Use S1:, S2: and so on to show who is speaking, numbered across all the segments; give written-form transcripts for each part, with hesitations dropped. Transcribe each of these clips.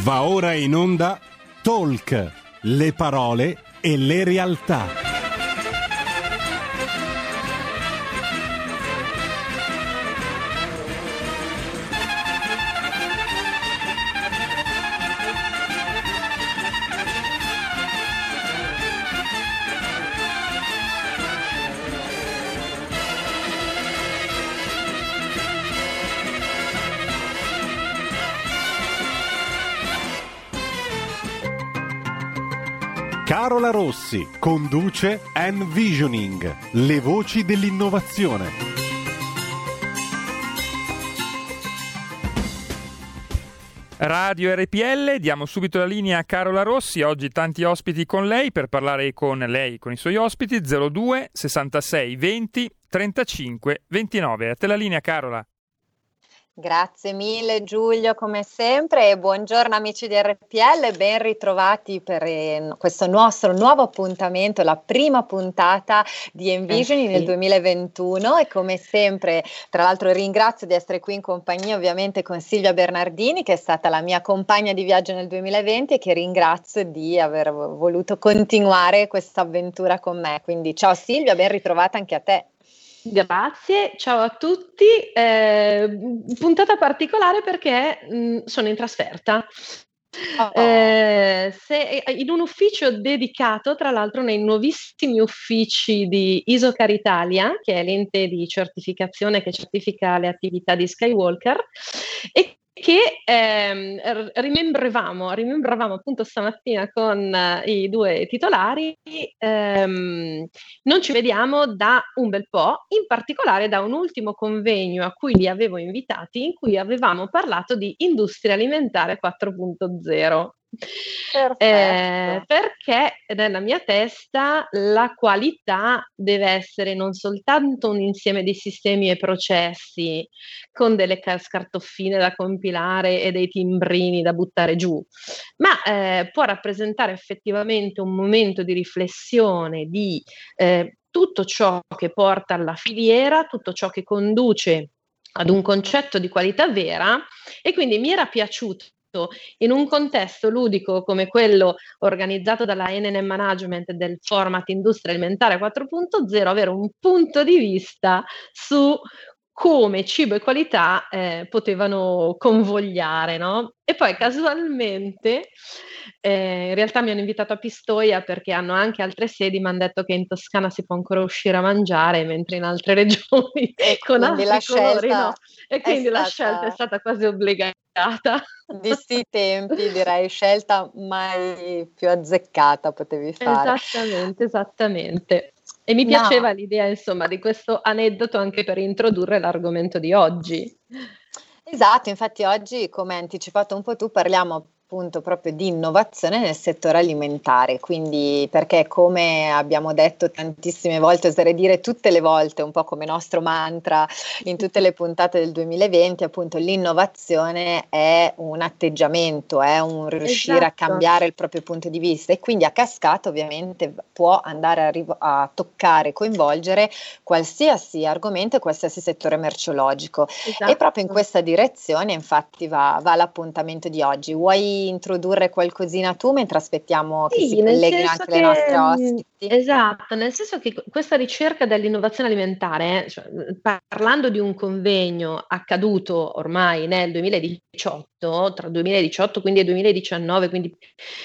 S1: Va ora in onda Talk, le parole e le realtà. Carola Rossi conduce Envisioning, le voci dell'innovazione.
S2: Radio RPL, diamo subito la linea a Carola Rossi. Oggi tanti ospiti con lei per parlare con lei, con i suoi ospiti. 02 66 20 35 29. A te la linea, Carola.
S3: Grazie mille Giulio, come sempre, e buongiorno amici di RPL, ben ritrovati per questo nostro nuovo appuntamento, la prima puntata di Envisioning nel 2021, e come sempre, tra l'altro ringrazio di essere qui in compagnia ovviamente con Silvia Bernardini, che è stata la mia compagna di viaggio nel 2020 e che ringrazio di aver voluto continuare questa avventura con me. Quindi ciao Silvia, ben ritrovata anche a te.
S4: Grazie, ciao a tutti. Puntata particolare perché sono in trasferta. In un ufficio dedicato, tra l'altro, nei nuovissimi uffici di Isocar Italia, che è l'ente di certificazione che certifica le attività di Skywalker, e che rimembravamo appunto stamattina con i due titolari. Non ci vediamo da un bel po', in particolare da un ultimo convegno a cui li avevo invitati, in cui avevamo parlato di industria alimentare 4.0. Perché nella mia testa la qualità deve essere non soltanto un insieme di sistemi e processi con delle scartoffine da compilare e dei timbrini da buttare giù, ma può rappresentare effettivamente un momento di riflessione di tutto ciò che porta alla filiera, tutto ciò che conduce ad un concetto di qualità vera. E quindi mi era piaciuto, in un contesto ludico come quello organizzato dalla NN Management del format Industria Alimentare 4.0, avere un punto di vista su come cibo e qualità potevano convogliare, no? E poi casualmente in realtà mi hanno invitato a Pistoia perché hanno anche altre sedi, mi hanno detto che in Toscana si può ancora uscire a mangiare, mentre in altre regioni con altri colori no. E quindi la scelta è stata quasi obbligata.
S3: Visti i tempi, direi scelta mai più azzeccata potevi fare.
S4: Esattamente. E mi piaceva l'idea, insomma, di questo aneddoto anche per introdurre l'argomento di oggi.
S3: Esatto, infatti oggi, come hai anticipato un po' tu, parliamo appunto proprio di innovazione nel settore alimentare, quindi perché, come abbiamo detto tantissime volte, oserei dire tutte le volte, un po' come nostro mantra in tutte le puntate del 2020, appunto l'innovazione è un atteggiamento, è un riuscire a cambiare il proprio punto di vista, e quindi a cascata ovviamente può andare a toccare, coinvolgere qualsiasi argomento e qualsiasi settore merceologico. E proprio in questa direzione infatti va l'appuntamento di oggi. Vuoi introdurre qualcosina tu mentre aspettiamo che si colleghino anche le nostre ospiti?
S4: Esatto, nel senso che questa ricerca dell'innovazione alimentare, cioè, parlando di un convegno accaduto ormai nel 2018, tra 2018 quindi e 2019, quindi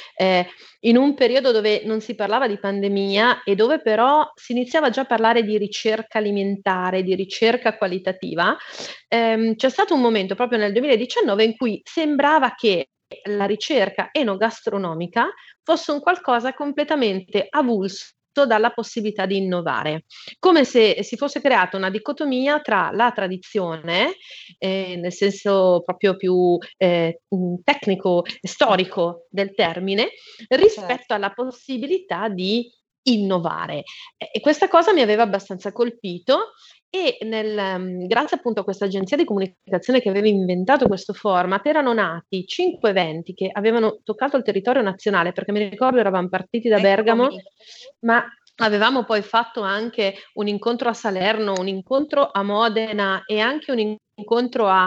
S4: in un periodo dove non si parlava di pandemia e dove però si iniziava già a parlare di ricerca alimentare, di ricerca qualitativa, c'è stato un momento proprio nel 2019 in cui sembrava che la ricerca enogastronomica fosse un qualcosa completamente avulso dalla possibilità di innovare, come se si fosse creata una dicotomia tra la tradizione, nel senso proprio più tecnico, storico del termine, rispetto alla possibilità di innovare. E questa cosa mi aveva abbastanza colpito. E grazie appunto a questa agenzia di comunicazione che aveva inventato questo format, erano nati 5 eventi che avevano toccato il territorio nazionale, perché mi ricordo eravamo partiti da Bergamo, ma avevamo poi fatto anche un incontro a Salerno, un incontro a Modena e anche un incontro a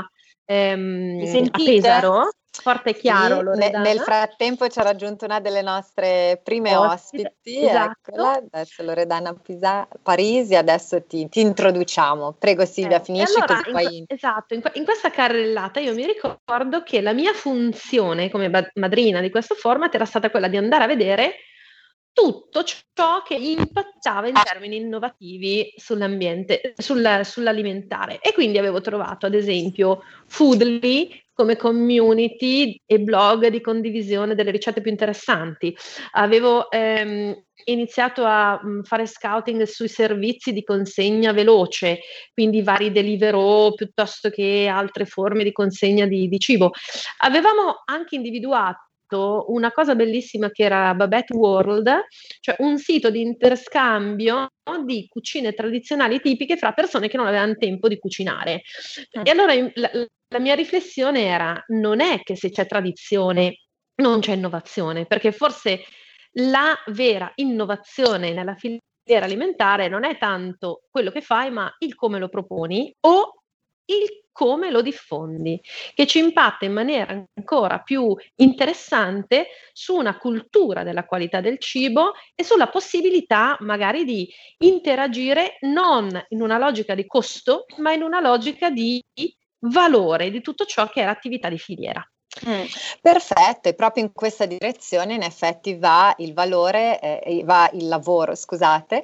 S3: Mi
S4: a
S3: sentite?
S4: Pesaro, forte e chiaro,
S3: Sì,
S4: Loredana.
S3: nel frattempo ci ha raggiunto una delle nostre prime ospiti,
S4: esatto.
S3: eccola, adesso Loredana Parisi, adesso ti introduciamo. Prego Silvia,
S4: E
S3: finisci
S4: allora,
S3: così poi...
S4: esatto, in questa carrellata io mi ricordo che la mia funzione come madrina di questo format era stata quella di andare a vedere tutto ciò che impattava in termini innovativi sull'ambiente, sull'alimentare. E quindi avevo trovato, ad esempio, Foodly come community e blog di condivisione delle ricette più interessanti. Avevo iniziato a fare scouting sui servizi di consegna veloce, quindi vari Deliveroo piuttosto che altre forme di consegna di cibo. Avevamo anche individuato una cosa bellissima che era Babette World, cioè un sito di interscambio di cucine tradizionali tipiche fra persone che non avevano tempo di cucinare. E allora la mia riflessione era: non è che se c'è tradizione non c'è innovazione, perché forse la vera innovazione nella filiera alimentare non è tanto quello che fai, ma il come lo proponi o il come lo diffondi, che ci impatta in maniera ancora più interessante su una cultura della qualità del cibo e sulla possibilità magari di interagire non in una logica di costo, ma in una logica di valore di tutto ciò che è l'attività di filiera.
S3: Perfetto, e proprio in questa direzione in effetti va il valore, va il lavoro, scusate,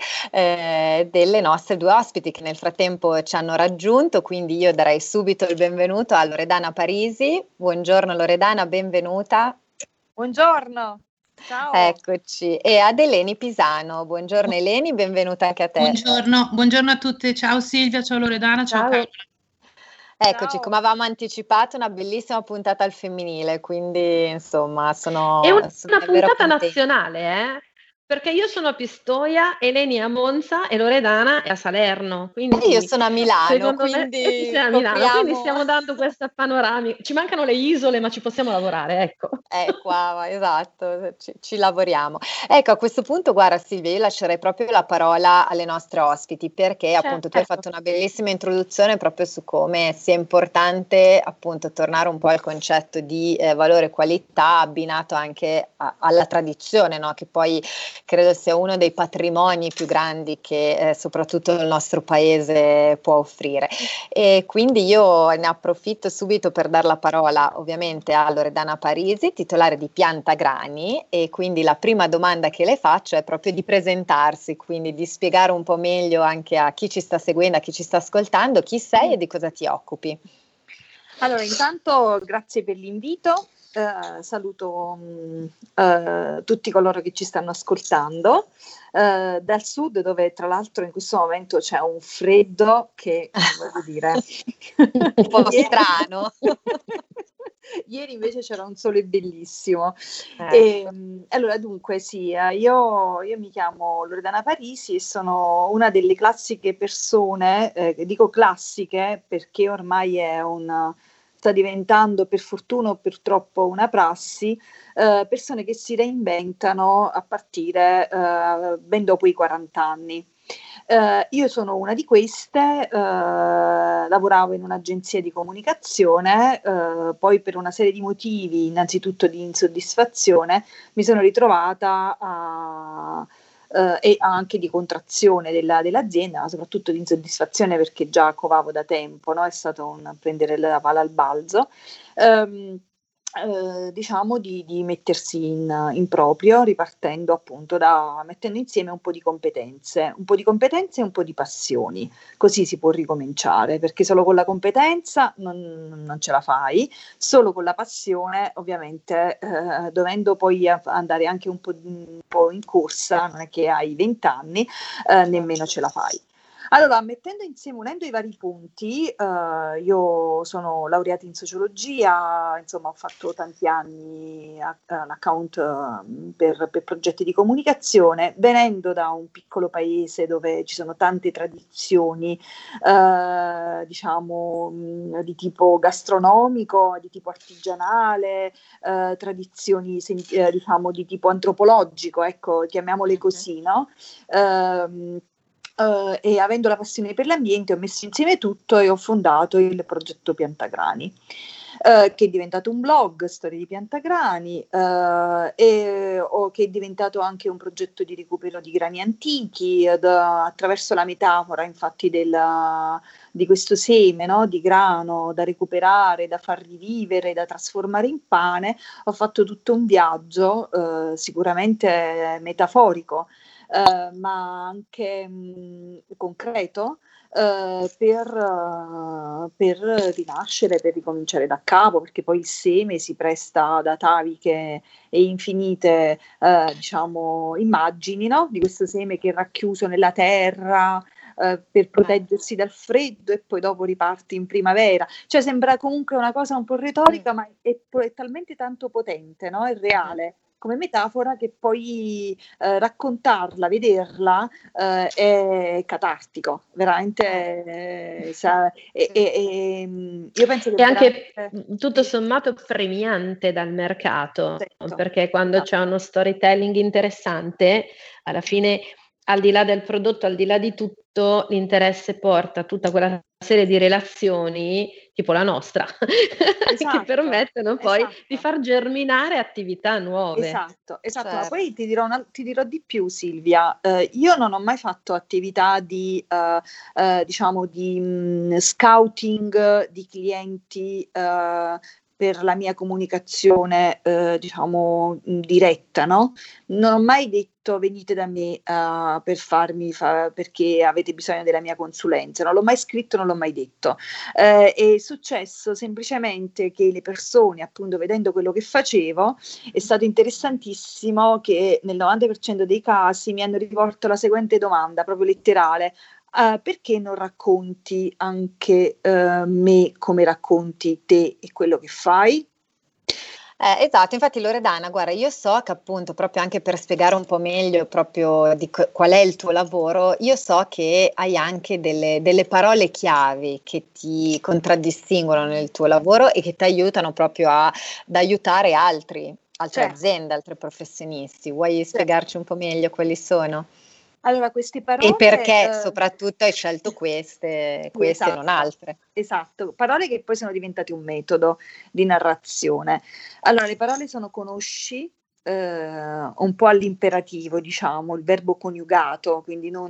S3: delle nostre due ospiti che nel frattempo ci hanno raggiunto, quindi io darei subito il benvenuto a Loredana Parisi. Buongiorno Loredana, benvenuta.
S5: Buongiorno, ciao.
S3: Eccoci, e ad Eleni Pisano. Buongiorno Eleni, benvenuta anche a te.
S6: Buongiorno a tutte, ciao Silvia, ciao Loredana, ciao Carola.
S3: Eccoci,
S5: Ciao.
S3: come avevamo anticipato, una bellissima puntata al femminile, quindi insomma sono
S4: È una
S3: davvero
S4: puntata
S3: contenta.
S4: nazionale, perché io sono a Pistoia, Eleni è a Monza e Loredana è a Salerno. Quindi
S3: E io sono a Milano,
S4: quindi stiamo dando questa panoramica. Ci mancano le isole, ma ci possiamo lavorare, ecco.
S3: Qua, esatto, ci lavoriamo. Ecco, a questo punto, guarda Silvia, io lascerei proprio la parola alle nostre ospiti, perché appunto tu hai fatto una bellissima introduzione proprio su come sia importante appunto tornare un po' al concetto di valore e qualità abbinato anche alla tradizione, no? Che poi credo sia uno dei patrimoni più grandi che soprattutto il nostro paese può offrire. E quindi io ne approfitto subito per dar la parola ovviamente a Loredana Parisi, titolare di Piantagrani, e quindi la prima domanda che le faccio è proprio di presentarsi, quindi di spiegare un po' meglio anche a chi ci sta seguendo, a chi ci sta ascoltando, chi sei e di cosa ti occupi.
S5: Allora, intanto grazie per l'invito, saluto tutti coloro che ci stanno ascoltando, dal sud, dove tra l'altro in questo momento c'è un freddo che, voglio dire,
S3: un po' strano.
S5: Ieri invece c'era un sole bellissimo. E, allora, dunque, sì, io mi chiamo Loredana Parisi e sono una delle classiche persone, dico classiche perché ormai sta diventando, per fortuna o purtroppo, una prassi, persone che si reinventano a partire ben dopo i 40 anni. Io sono una di queste, lavoravo in un'agenzia di comunicazione, poi per una serie di motivi, innanzitutto di insoddisfazione, mi sono ritrovata e anche di contrazione dell'azienda, ma soprattutto di insoddisfazione perché già covavo da tempo, no? È stato un prendere la palla al balzo. Diciamo di mettersi in proprio, ripartendo appunto mettendo insieme un po' di competenze e un po' di passioni, così si può ricominciare, perché solo con la competenza non ce la fai, solo con la passione ovviamente, dovendo poi andare anche un po' in corsa, non è che hai 20 anni, nemmeno ce la fai. Allora, unendo i vari punti, io sono laureata in sociologia, insomma ho fatto tanti anni un account per progetti di comunicazione, venendo da un piccolo paese dove ci sono tante tradizioni, diciamo di tipo gastronomico, di tipo artigianale, tradizioni diciamo di tipo antropologico, ecco, chiamiamole così, no? e avendo la passione per l'ambiente ho messo insieme tutto e ho fondato il progetto Piantagrani, che è diventato un blog, Storie di Piantagrani, che è diventato anche un progetto di recupero di grani antichi, attraverso la metafora infatti di questo seme, no, di grano da recuperare, da far rivivere, da trasformare in pane. Ho fatto tutto un viaggio, sicuramente metaforico, ma anche concreto, per rinascere, per ricominciare da capo, perché poi il seme si presta ad ataviche e infinite, diciamo, immagini, no? Di questo seme che è racchiuso nella terra, per proteggersi dal freddo, e poi dopo riparti in primavera. Cioè sembra comunque una cosa un po' retorica, ma è talmente tanto potente, no? È reale come metafora, che poi raccontarla, vederla, è catartico, veramente. Io penso che
S4: è anche
S5: veramente,
S4: tutto sommato premiante dal mercato,
S5: certo,
S4: perché quando c'è uno storytelling interessante, alla fine, al di là del prodotto, al di là di tutto, l'interesse porta tutta quella serie di relazioni, tipo la nostra, che permettono poi di far germinare attività nuove.
S5: Esatto,
S3: Certo.
S5: ma poi ti dirò di più, Silvia. Io non ho mai fatto attività di, diciamo, di scouting di clienti, per la mia comunicazione, diciamo, diretta, no? Non ho mai detto venite da me per perché avete bisogno della mia consulenza. Non l'ho mai scritto, non l'ho mai detto. È successo semplicemente che le persone, appunto, vedendo quello che facevo, è stato interessantissimo che nel 90% dei casi mi hanno rivolto la seguente domanda, proprio letterale: perché non racconti anche me come racconti te e quello che fai?
S3: Esatto, infatti Loredana, guarda, io so che appunto, proprio anche per spiegare un po' meglio proprio qual è il tuo lavoro, io so che hai anche delle parole chiavi che ti contraddistinguono nel tuo lavoro e che ti aiutano proprio ad aiutare altre
S5: Certo.
S3: aziende, altri professionisti. Vuoi spiegarci un po' meglio quali sono?
S5: Allora, queste parole...
S3: E perché soprattutto hai scelto queste
S5: sì, esatto,
S3: e non altre?
S5: Esatto, parole che poi sono diventate un metodo di narrazione. Allora, le parole sono conosci, un po' all'imperativo, diciamo, il verbo coniugato, quindi non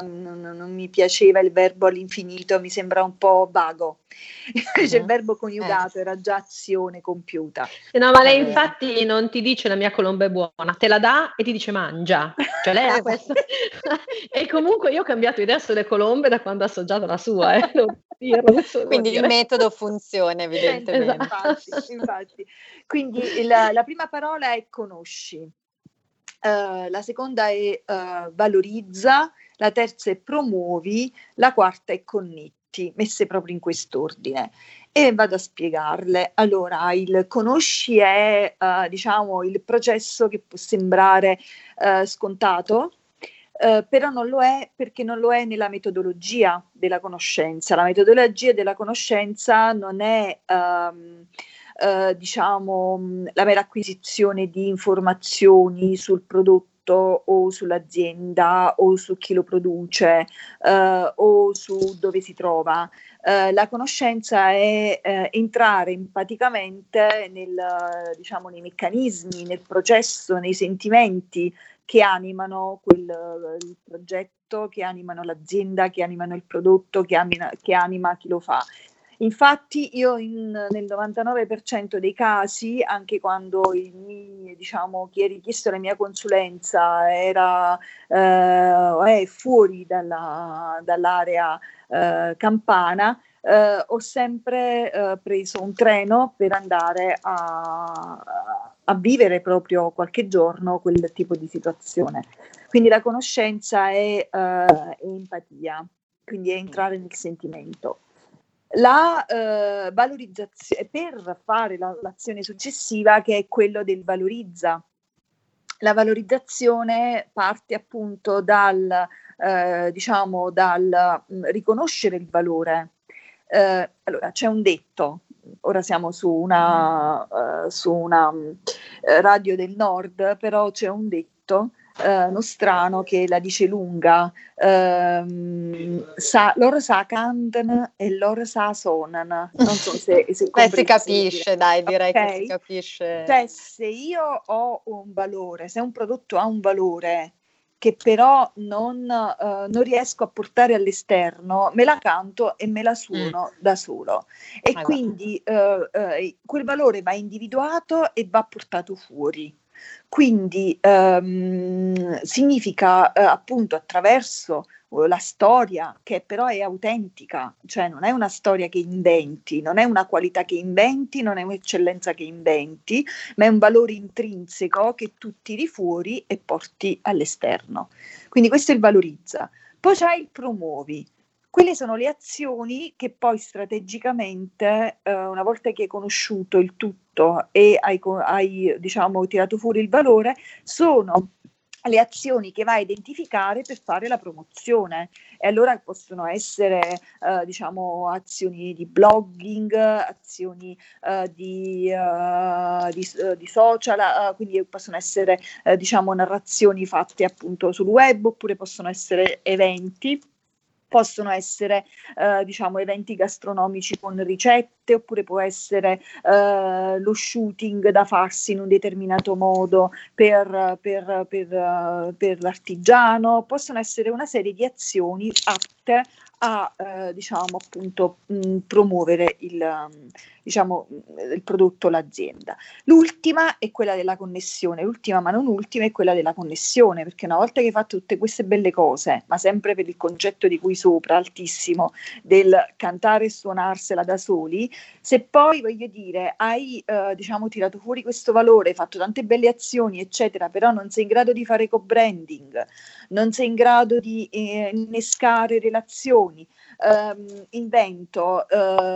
S5: mi piaceva il verbo all'infinito, mi sembra un po' vago. Invece il verbo coniugato era già azione compiuta.
S4: No, ma lei infatti non ti dice la mia colomba è buona, te la dà e ti dice mangia. Cioè lei ha questo. E comunque io ho cambiato idea sulle colombe da quando ho assaggiato la sua.
S3: Quindi il metodo funziona evidentemente.
S5: Esatto, infatti. Quindi la prima parola è conosci, la seconda è valorizza, la terza è promuovi, la quarta è connetti, messe proprio in quest'ordine. E vado a spiegarle. Allora, il conosci è, diciamo, il processo che può sembrare scontato, però non lo è, perché non lo è nella metodologia della conoscenza. La metodologia della conoscenza non è diciamo, la mera acquisizione di informazioni sul prodotto o sull'azienda o su chi lo produce, o su dove si trova. La conoscenza è entrare empaticamente diciamo, nei meccanismi, nel processo, nei sentimenti che animano il progetto, che animano l'azienda, che animano il prodotto, che anima chi lo fa. Infatti io nel 99% dei casi, anche quando diciamo, chi ha richiesto la mia consulenza era fuori dall'area campana, ho sempre preso un treno per andare a vivere proprio qualche giorno quel tipo di situazione. Quindi la conoscenza è empatia, quindi è entrare nel sentimento. La valorizzazione, per fare l'azione successiva, che è quello del valorizza. La valorizzazione parte appunto dal riconoscere il valore. Allora, c'è un detto, ora siamo su una radio del nord, però c'è un detto nostrano che la dice lunga, loro sa canten e loro sa sonan, non so se
S3: si capisce, dai, direi
S5: okay?
S3: che si capisce.
S5: Cioè, se io ho un valore, se un prodotto ha un valore che però non riesco a portare all'esterno, me la canto e me la suono da solo. E quindi quel valore va individuato e va portato fuori. Quindi significa appunto attraverso la storia, che però è autentica, cioè non è una storia che inventi, non è una qualità che inventi, non è un'eccellenza che inventi, ma è un valore intrinseco che tu tiri fuori e porti all'esterno. Quindi questo è il valorizza. Poi c'è il promuovi. Quelle sono le azioni che poi strategicamente, una volta che hai conosciuto il tutto e hai diciamo, tirato fuori il valore, sono le azioni che vai a identificare per fare la promozione. E allora possono essere diciamo azioni di blogging, azioni di social, quindi possono essere diciamo narrazioni fatte appunto sul web, oppure possono essere eventi. Possono essere diciamo eventi gastronomici con ricette, oppure può essere lo shooting da farsi in un determinato modo per l'artigiano. Possono essere una serie di azioni atte a diciamo appunto promuovere diciamo, il prodotto, l'azienda. L'ultima è quella della connessione, l'ultima ma non ultima è quella della connessione, perché una volta che hai fatto tutte queste belle cose, ma sempre per il concetto di cui sopra, altissimo, del cantare e suonarsela da soli, se poi, voglio dire, hai diciamo tirato fuori questo valore, fatto tante belle azioni, eccetera, però non sei in grado di fare co-branding, non sei in grado di innescare relazioni, invento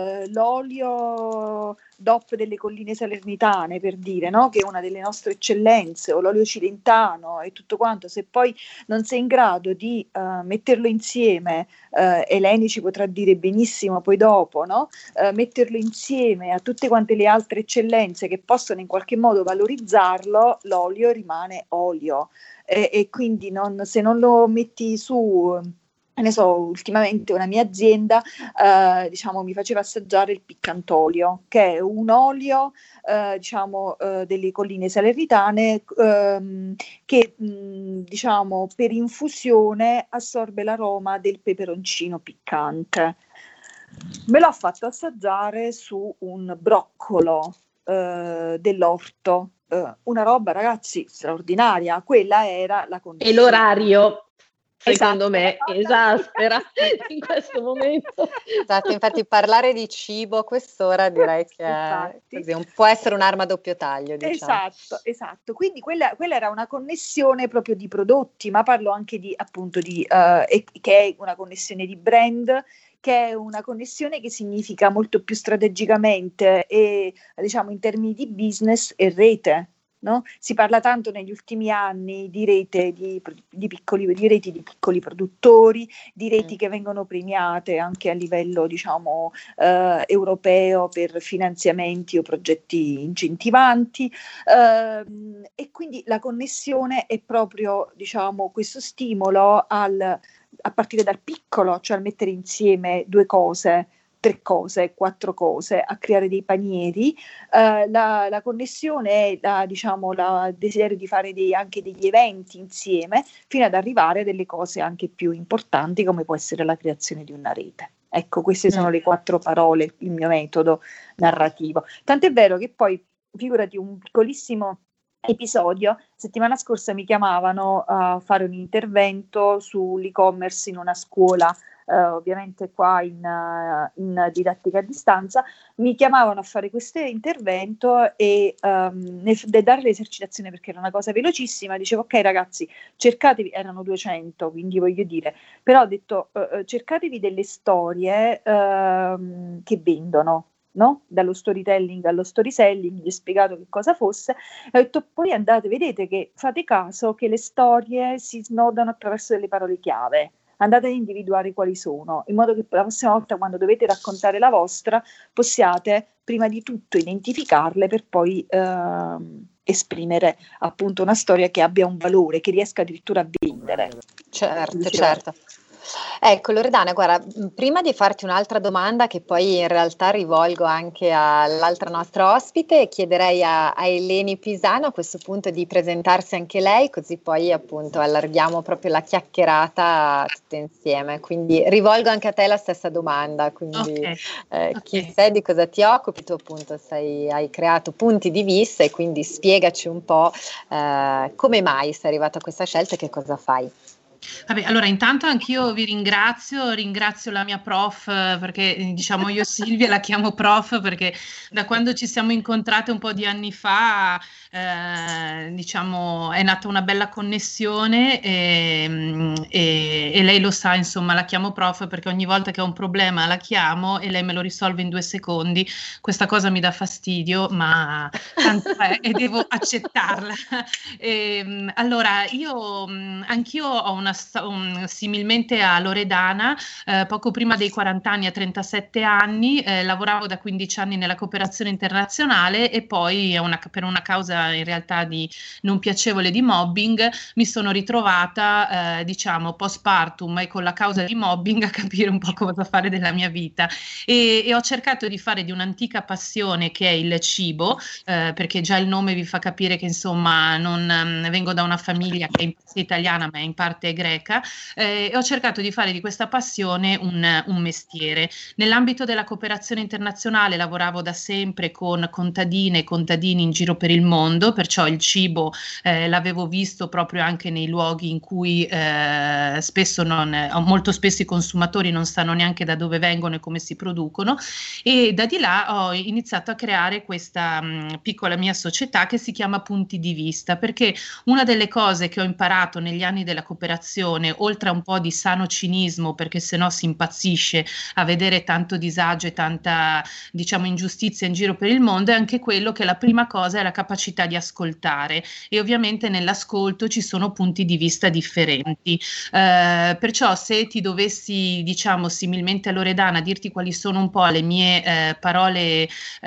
S5: l'olio DOP delle colline salernitane, per dire, no? Che è una delle nostre eccellenze, o l'olio cilentano e tutto quanto. Se poi non sei in grado di metterlo insieme, Eleni ci potrà dire benissimo poi dopo, no? Metterlo insieme a tutte quante le altre eccellenze che possono in qualche modo valorizzarlo, l'olio rimane olio. E quindi se non lo metti su, ne so, ultimamente una mia azienda diciamo mi faceva assaggiare il piccantolio, che è un olio diciamo delle colline salernitane che diciamo per infusione assorbe l'aroma del peperoncino piccante. Me l'ho fatto assaggiare su un broccolo dell'orto. Una roba, ragazzi, straordinaria. Quella era la condizione.
S4: E l'orario, secondo
S5: Esatto.
S4: me, esaspera in questo momento.
S3: Esatto, infatti parlare di cibo a quest'ora direi che così, può essere un'arma a doppio taglio, diciamo.
S5: Esatto. Quindi quella era una connessione proprio di prodotti, ma parlo anche di appunto che è una connessione di brand, che è una connessione che significa molto più strategicamente e diciamo in termini di business e rete. No? Si parla tanto negli ultimi anni di rete di reti di piccoli produttori, di reti che vengono premiate anche a livello diciamo europeo per finanziamenti o progetti incentivanti, e quindi la connessione è proprio diciamo questo stimolo a partire dal piccolo, cioè al mettere insieme 2 cose, 3 cose, 4 cose, a creare dei panieri. La connessione è diciamo, il desiderio di fare anche degli eventi insieme, fino ad arrivare a delle cose anche più importanti, come può essere la creazione di una rete. Ecco, queste sono le 4 parole, il mio metodo narrativo. Tant'è vero che poi, figurati, un piccolissimo episodio, settimana scorsa mi chiamavano a fare un intervento sull'e-commerce in una scuola, ovviamente qua in didattica a distanza. Mi chiamavano a fare questo intervento e nel dare l'esercitazione, perché era una cosa velocissima, dicevo ok ragazzi, cercatevi, erano 200, quindi voglio dire, però ho detto cercatevi delle storie che vendono, no? Dallo storytelling allo storyselling, gli ho spiegato che cosa fosse, e ho detto poi andate, vedete che fate caso che le storie si snodano attraverso delle parole chiave, andate ad individuare quali sono, in modo che la prossima volta quando dovete raccontare la vostra possiate prima di tutto identificarle per poi esprimere appunto una storia che abbia un valore, che riesca addirittura a vendere.
S3: Certo. Ecco Loredana, guarda, prima di farti un'altra domanda che poi in realtà rivolgo anche all'altra nostra ospite, chiederei a Eleni Pisano a questo punto di presentarsi anche lei, così poi appunto allarghiamo proprio la chiacchierata tutte insieme. Quindi rivolgo anche a te la stessa domanda, quindi chi sei, di cosa ti occupi? Tu appunto hai creato Punti di Vista e quindi spiegaci un po' come mai sei arrivato a questa scelta e che cosa fai.
S6: Vabbè, allora intanto anch'io vi ringrazio la mia prof, perché diciamo io Silvia la chiamo prof perché da quando ci siamo incontrate un po' di anni fa diciamo è nata una bella connessione e lei lo sa, insomma la chiamo prof perché ogni volta che ho un problema la chiamo e lei me lo risolve in 2 secondi. Questa cosa mi dà fastidio, ma tanto è e devo accettarla. Allora anch'io ho similmente a Loredana, poco prima dei 40 anni, a 37 anni, lavoravo da 15 anni nella cooperazione internazionale e poi per una causa in realtà di non piacevole di mobbing mi sono ritrovata diciamo postpartum e con la causa di mobbing a capire un po' cosa fare della mia vita e ho cercato di fare di un'antica passione che è il cibo, perché già il nome vi fa capire che insomma non vengo da una famiglia che è in parte italiana ma è in parte greca, e ho cercato di fare di questa passione un mestiere. Nell'ambito della cooperazione internazionale lavoravo da sempre con contadine e contadini in giro per il mondo, perciò il cibo l'avevo visto proprio anche nei luoghi in cui molto spesso i consumatori non sanno neanche da dove vengono e come si producono, e da di là ho iniziato a creare questa piccola mia società che si chiama Punti di Vista, perché una delle cose che ho imparato negli anni della cooperazione, oltre a un po' di sano cinismo, perché sennò si impazzisce a vedere tanto disagio e tanta, diciamo, ingiustizia in giro per il mondo, è anche quello che la prima cosa è la capacità di ascoltare, e ovviamente nell'ascolto ci sono punti di vista differenti. Perciò se ti dovessi, diciamo, similmente a Loredana, dirti quali sono un po' le mie parole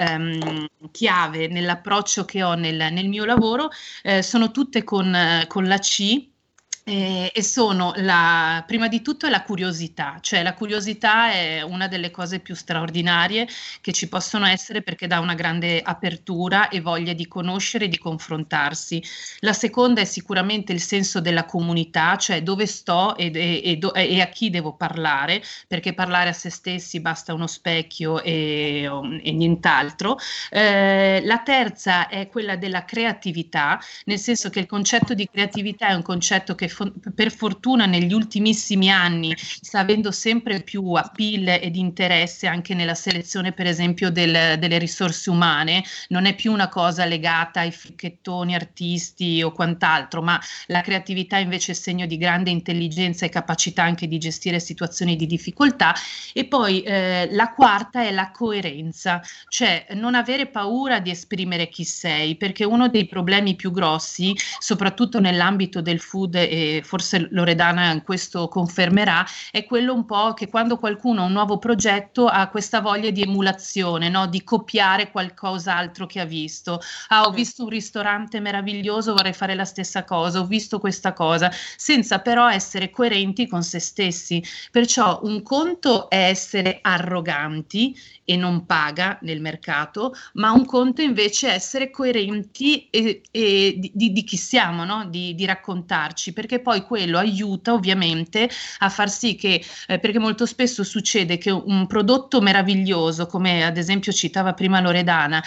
S6: chiave nell'approccio che ho nel mio lavoro, sono tutte con la C. E sono prima di tutto è la curiosità, cioè la curiosità è una delle cose più straordinarie che ci possono essere, perché dà una grande apertura e voglia di conoscere e di confrontarsi. La seconda è sicuramente il senso della comunità, cioè dove sto e a chi devo parlare, perché parlare a se stessi basta uno specchio e nient'altro. La terza è quella della creatività, nel senso che il concetto di creatività è un concetto che per fortuna negli ultimissimi anni sta avendo sempre più appeal ed interesse anche nella selezione, per esempio, delle risorse umane. Non è più una cosa legata ai fricchettoni artisti o quant'altro, ma la creatività invece è segno di grande intelligenza e capacità anche di gestire situazioni di difficoltà. E poi la quarta è la coerenza, cioè non avere paura di esprimere chi sei, perché uno dei problemi più grossi, soprattutto nell'ambito del food, e forse Loredana in questo confermerà, è quello un po' che quando qualcuno ha un nuovo progetto ha questa voglia di emulazione, no? Di copiare qualcos'altro che ha visto. Ho visto un ristorante meraviglioso, vorrei fare la stessa cosa, ho visto questa cosa, senza però essere coerenti con se stessi. Perciò un conto è essere arroganti e non paga nel mercato, ma un conto invece è essere coerenti e di chi siamo, no? Di raccontarci, perché poi quello aiuta ovviamente a far sì che, perché molto spesso succede che un prodotto meraviglioso, come ad esempio citava prima Loredana,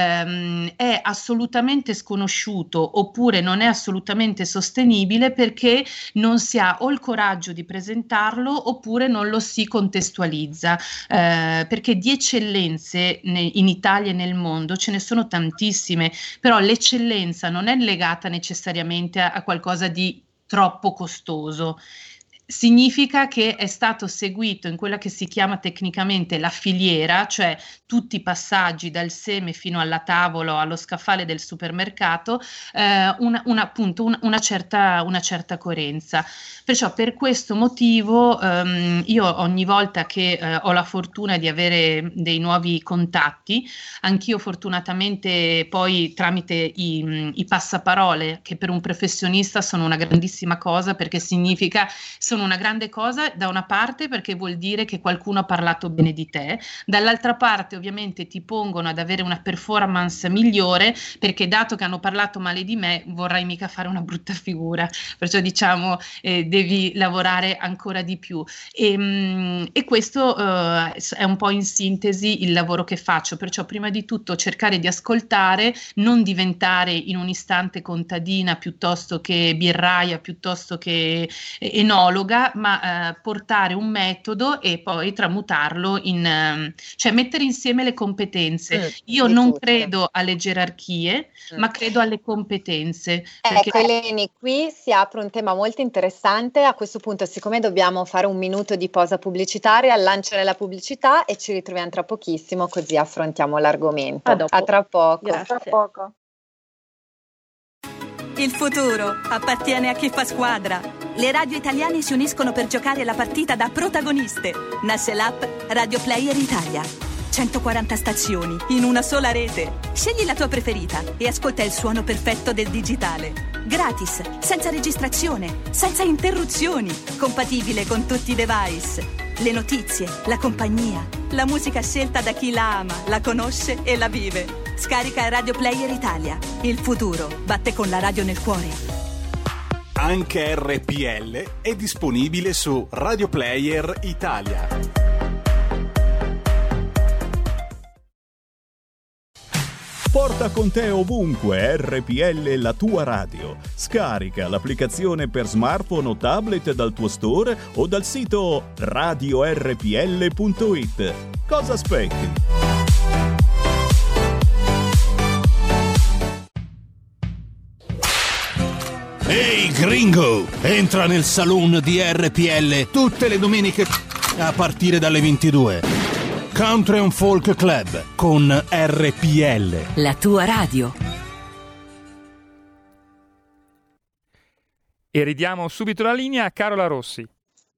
S6: è assolutamente sconosciuto oppure non è assolutamente sostenibile perché non si ha o il coraggio di presentarlo oppure non lo si contestualizza, perché di eccellenze in Italia e nel mondo ce ne sono tantissime, però l'eccellenza non è legata necessariamente a qualcosa di troppo costoso. significa che è stato seguito in quella che si chiama tecnicamente la filiera, cioè tutti i passaggi dal seme fino alla tavola, allo scaffale del supermercato, una certa coerenza. Perciò per questo motivo io ogni volta che ho la fortuna di avere dei nuovi contatti, anch'io fortunatamente poi tramite i passaparole, che per un professionista sono una grandissima cosa, perché significa sono una grande cosa da una parte perché vuol dire che qualcuno ha parlato bene di te, dall'altra parte ovviamente ti pongono ad avere una performance migliore, perché dato che hanno parlato male di me vorrai mica fare una brutta figura, perciò diciamo devi lavorare ancora di più e questo è un po' in sintesi il lavoro che faccio, perciò prima di tutto cercare di ascoltare, non diventare in un istante contadina piuttosto che birraia, piuttosto che enologa, ma portare un metodo e poi tramutarlo cioè mettere insieme le competenze. Io non credo alle gerarchie, ma credo alle competenze.
S3: Ecco Eleni, qui si apre un tema molto interessante. A questo punto, siccome dobbiamo fare un minuto di pausa pubblicitaria, lanciare la pubblicità e ci ritroviamo tra pochissimo, così affrontiamo l'argomento. A tra poco.
S5: Grazie. Tra poco.
S7: Il futuro appartiene a chi fa squadra. Le radio italiane si uniscono per giocare la partita da protagoniste. Nasce l'app Radio Player Italia. 140 stazioni in una sola rete. Scegli la tua preferita e ascolta il suono perfetto del digitale. Gratis, senza registrazione, senza interruzioni. Compatibile con tutti i device. Le notizie, la compagnia, la musica scelta da chi la ama, la conosce e la vive. Scarica Radio Player Italia. Il futuro batte con la radio nel cuore.
S1: Anche RPL è disponibile su Radio Player Italia.
S8: Porta con te ovunque RPL, la tua radio. Scarica l'applicazione per smartphone o tablet dal tuo store o dal sito radiorpl.it. Cosa aspetti?
S9: Ehi gringo, entra nel saloon di RPL tutte le domeniche a partire dalle 22. Country and Folk Club con RPL,
S7: la tua radio.
S2: E ridiamo subito la linea a Carola Rossi.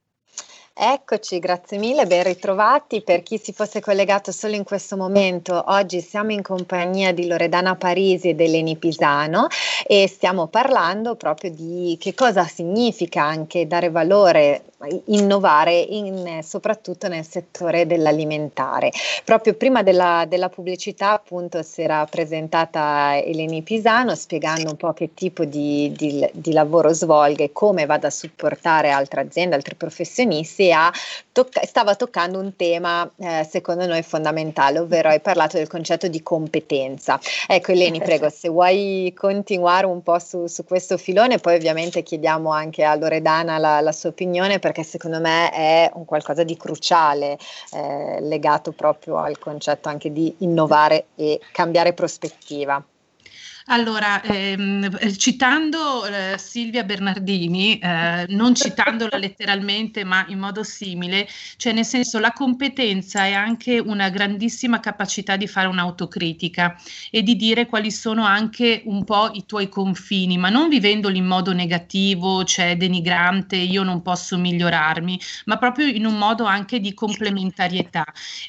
S3: Eccoci, grazie mille, ben ritrovati. Per chi si fosse collegato solo in questo momento, oggi siamo in compagnia di Loredana Parisi ed Eleni Pisano e stiamo parlando proprio di che cosa significa anche dare valore, innovare soprattutto nel settore dell'alimentare. Proprio prima della pubblicità appunto si era presentata Eleni Pisano spiegando un po' che tipo di lavoro svolge e come vada a supportare altre aziende, altri professionisti, e stava toccando un tema secondo noi fondamentale, ovvero hai parlato del concetto di competenza. Ecco Eleni, prego, se vuoi continuare un po' su questo filone, poi ovviamente chiediamo anche a Loredana la sua opinione, perché secondo me è un qualcosa di cruciale legato proprio al concetto anche di innovare e cambiare prospettiva.
S6: Allora, citando Silvia Bernardini, non citandola letteralmente ma in modo simile, cioè nel senso la competenza è anche una grandissima capacità di fare un'autocritica e di dire quali sono anche un po' i tuoi confini, ma non vivendoli in modo negativo, cioè denigrante, io non posso migliorarmi, ma proprio in un modo anche di complementarietà.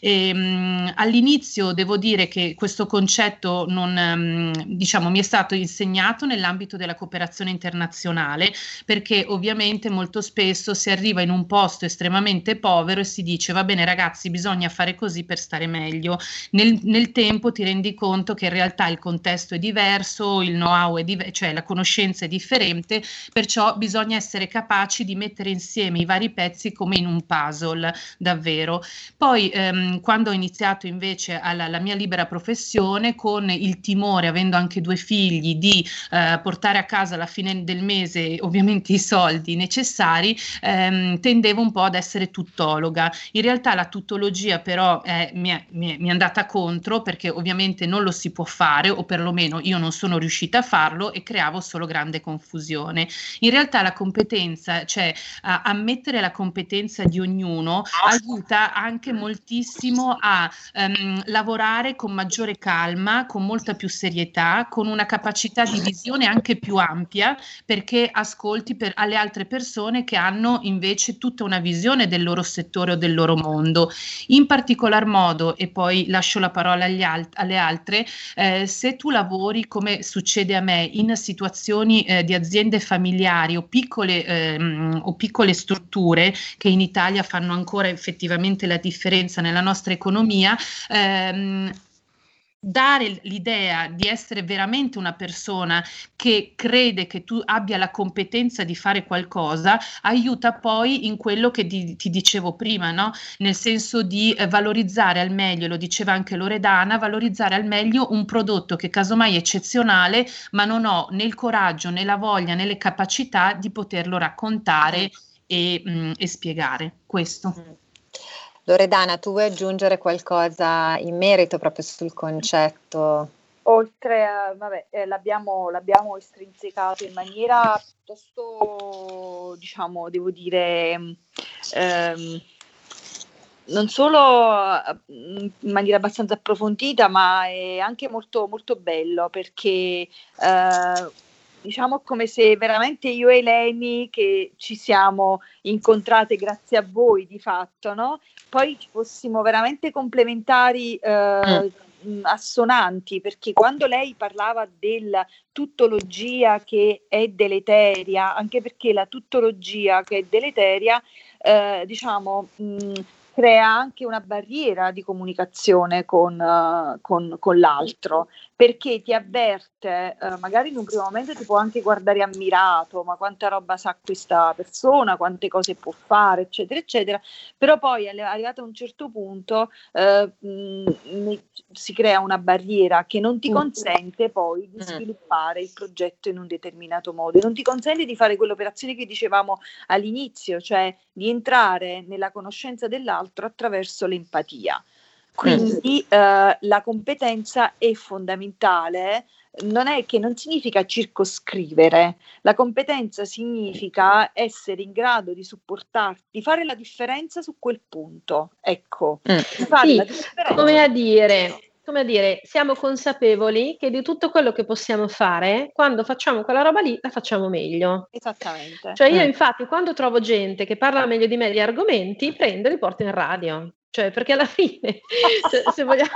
S6: All'inizio devo dire che questo concetto non, diciamo, mi è stato insegnato nell'ambito della cooperazione internazionale, perché ovviamente molto spesso si arriva in un posto estremamente povero e si dice va bene ragazzi, bisogna fare così per stare meglio. Nel tempo ti rendi conto che in realtà il contesto è diverso, il know-how è cioè la conoscenza è differente, perciò bisogna essere capaci di mettere insieme i vari pezzi come in un puzzle davvero. Poi quando ho iniziato invece la mia libera professione, con il timore, avendo anche 2 figli di portare a casa alla fine del mese ovviamente i soldi necessari, tendevo un po' ad essere tuttologa. In realtà la tuttologia però mi è andata contro, perché ovviamente non lo si può fare, o perlomeno io non sono riuscita a farlo, e creavo solo grande confusione. In realtà la competenza, cioè ammettere la competenza di ognuno, aiuta anche moltissimo a lavorare con maggiore calma, con molta più serietà, con una capacità di visione anche più ampia, perché ascolti alle altre persone che hanno invece tutta una visione del loro settore o del loro mondo. In particolar modo, e poi lascio la parola alle altre, se tu lavori, come succede a me, in situazioni di aziende familiari o piccole strutture, che in Italia fanno ancora effettivamente la differenza nella nostra economia, dare l'idea di essere veramente una persona che crede che tu abbia la competenza di fare qualcosa, aiuta poi in quello che ti dicevo prima, no? Nel senso di valorizzare al meglio, lo diceva anche Loredana, valorizzare al meglio un prodotto che casomai è eccezionale, ma non ho né il coraggio, né la voglia, né le capacità di poterlo raccontare e spiegare questo.
S3: Loredana, tu vuoi aggiungere qualcosa in merito proprio sul concetto?
S5: Oltre a, l'abbiamo estrinsecato in maniera piuttosto, diciamo, devo dire, non solo in maniera abbastanza approfondita, ma è anche molto, molto bello, perché diciamo come se veramente io e Eleni, che ci siamo incontrate grazie a voi di fatto, no? Poi ci fossimo veramente complementari, assonanti, perché quando lei parlava della tuttologia che è deleteria, anche perché la tuttologia che è deleteria, diciamo, crea anche una barriera di comunicazione con l'altro, perché ti avverte, magari in un primo momento ti può anche guardare ammirato, ma quanta roba sa questa persona, quante cose può fare, eccetera, eccetera, però poi arrivato a un certo punto si crea una barriera che non ti consente poi di sviluppare il progetto in un determinato modo, non ti consente di fare quell'operazione che dicevamo all'inizio, cioè di entrare nella conoscenza dell'altro attraverso l'empatia. Quindi la competenza è fondamentale, non significa circoscrivere, la competenza significa essere in grado di supportarti, di fare la differenza su quel punto, ecco.
S4: Sì, come a dire, siamo consapevoli che di tutto quello che possiamo fare, quando facciamo quella roba lì, la facciamo meglio.
S5: Esattamente.
S4: Cioè io infatti quando trovo gente che parla meglio di me di argomenti, prendo e li porto in radio. Cioè, perché alla fine, se vogliamo...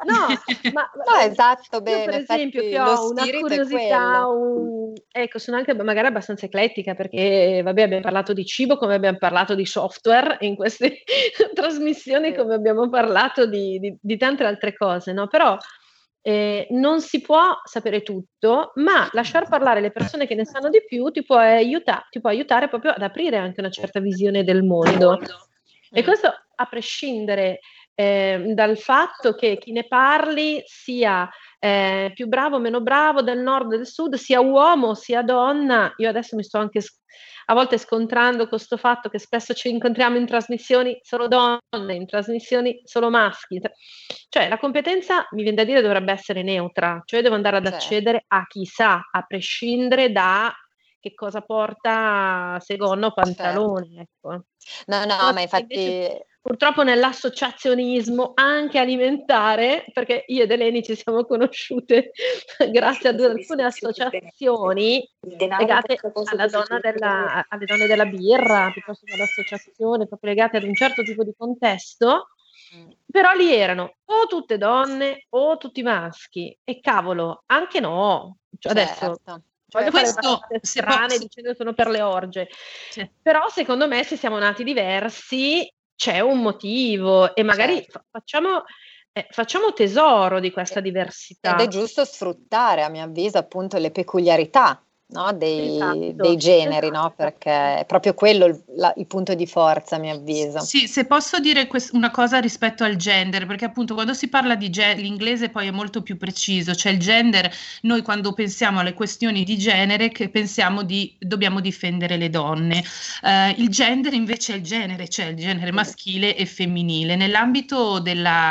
S4: No,
S3: esatto, bene.
S4: Per esempio, che ho una curiosità, ecco, sono anche magari abbastanza eclettica, perché, vabbè, abbiamo parlato di cibo come abbiamo parlato di software in queste trasmissioni, come abbiamo parlato di tante altre cose, no? Però non si può sapere tutto, ma lasciar parlare le persone che ne sanno di più ti può aiutare proprio ad aprire anche una certa visione del mondo. E questo a prescindere dal fatto che chi ne parli sia più bravo o meno bravo, del nord o del sud, sia uomo sia donna. Io adesso mi sto anche a volte scontrando con questo fatto che spesso ci incontriamo in trasmissioni solo donne, in trasmissioni solo maschi. Cioè la competenza, mi viene da dire, dovrebbe essere neutra, cioè devo andare ad accedere a chi sa, a prescindere da che cosa porta se gonna o pantalone, ecco.
S3: No, ma infatti
S4: purtroppo nell'associazionismo anche alimentare, perché io ed Eleni ci siamo conosciute grazie ad alcune associazioni legate alle donne della birra, piuttosto che all'associazione, proprio legate ad un certo tipo di contesto, però lì erano o tutte donne o tutti maschi, e cavolo, anche no, cioè, adesso... Voglio questo strane dicendo che sono per le orge, però secondo me se siamo nati diversi c'è un motivo, e magari facciamo tesoro di questa diversità.
S3: Ed è giusto sfruttare, a mio avviso, appunto le peculiarità no, dei
S4: Esatto,
S3: generi, no?
S4: esatto.
S3: Perché è proprio quello il punto di forza, a mio avviso.
S6: Sì, se posso dire una cosa rispetto al gender, perché appunto quando si parla di l'inglese poi è molto più preciso, cioè il gender, noi quando pensiamo alle questioni di genere che pensiamo dobbiamo difendere le donne, il gender invece è il genere, cioè il genere maschile e femminile. Nell'ambito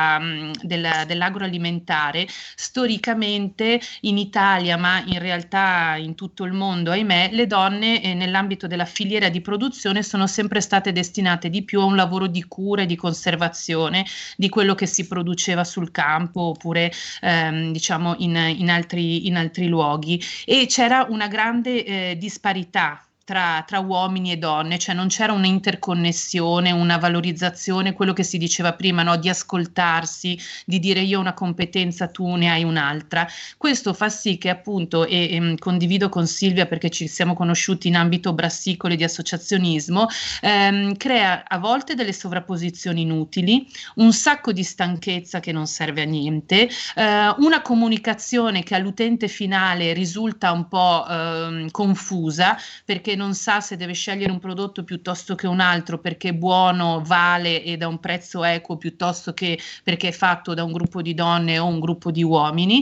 S6: dell'agroalimentare, storicamente in Italia, ma in realtà in tutto il mondo, ahimè, le donne nell'ambito della filiera di produzione sono sempre state destinate di più a un lavoro di cura e di conservazione di quello che si produceva sul campo oppure diciamo in altri luoghi, e c'era una grande disparità tra uomini e donne, cioè non c'era un'interconnessione, una valorizzazione, quello che si diceva prima, no? Di ascoltarsi, di dire io ho una competenza, tu ne hai un'altra. Questo fa sì che appunto, e condivido con Silvia perché ci siamo conosciuti in ambito brassicolo e di associazionismo, crea a volte delle sovrapposizioni inutili, un sacco di stanchezza che non serve a niente, una comunicazione che all'utente finale risulta un po' confusa, perché non sa se deve scegliere un prodotto piuttosto che un altro perché è buono, vale e da un prezzo equo, piuttosto che perché è fatto da un gruppo di donne o un gruppo di uomini.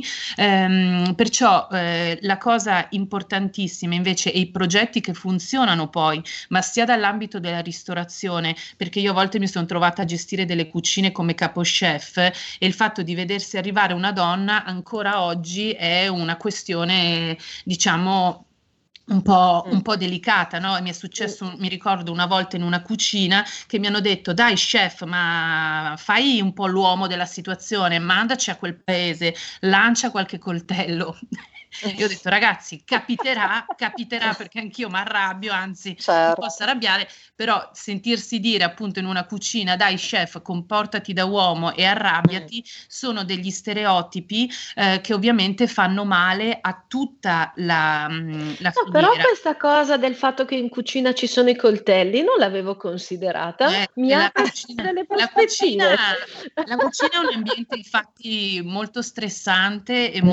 S6: Perciò la cosa importantissima invece è i progetti che funzionano poi, ma sia dall'ambito della ristorazione, perché io a volte mi sono trovata a gestire delle cucine come capo chef e il fatto di vedersi arrivare una donna ancora oggi è una questione, diciamo, un po' delicata, no? Mi è successo, mi ricordo una volta in una cucina che mi hanno detto: dai chef, ma fai un po' l'uomo della situazione, mandaci a quel paese, lancia qualche coltello. Io ho detto: ragazzi, capiterà perché anch'io mi arrabbio, anzi mi posso arrabbiare, però sentirsi dire appunto in una cucina: dai chef, comportati da uomo e arrabbiati, sono degli stereotipi che ovviamente fanno male a tutta la filiera.
S4: Però questa cosa del fatto che in cucina ci sono i coltelli non l'avevo considerata, mi apre delle prospettive.
S6: La cucina è un ambiente infatti molto stressante e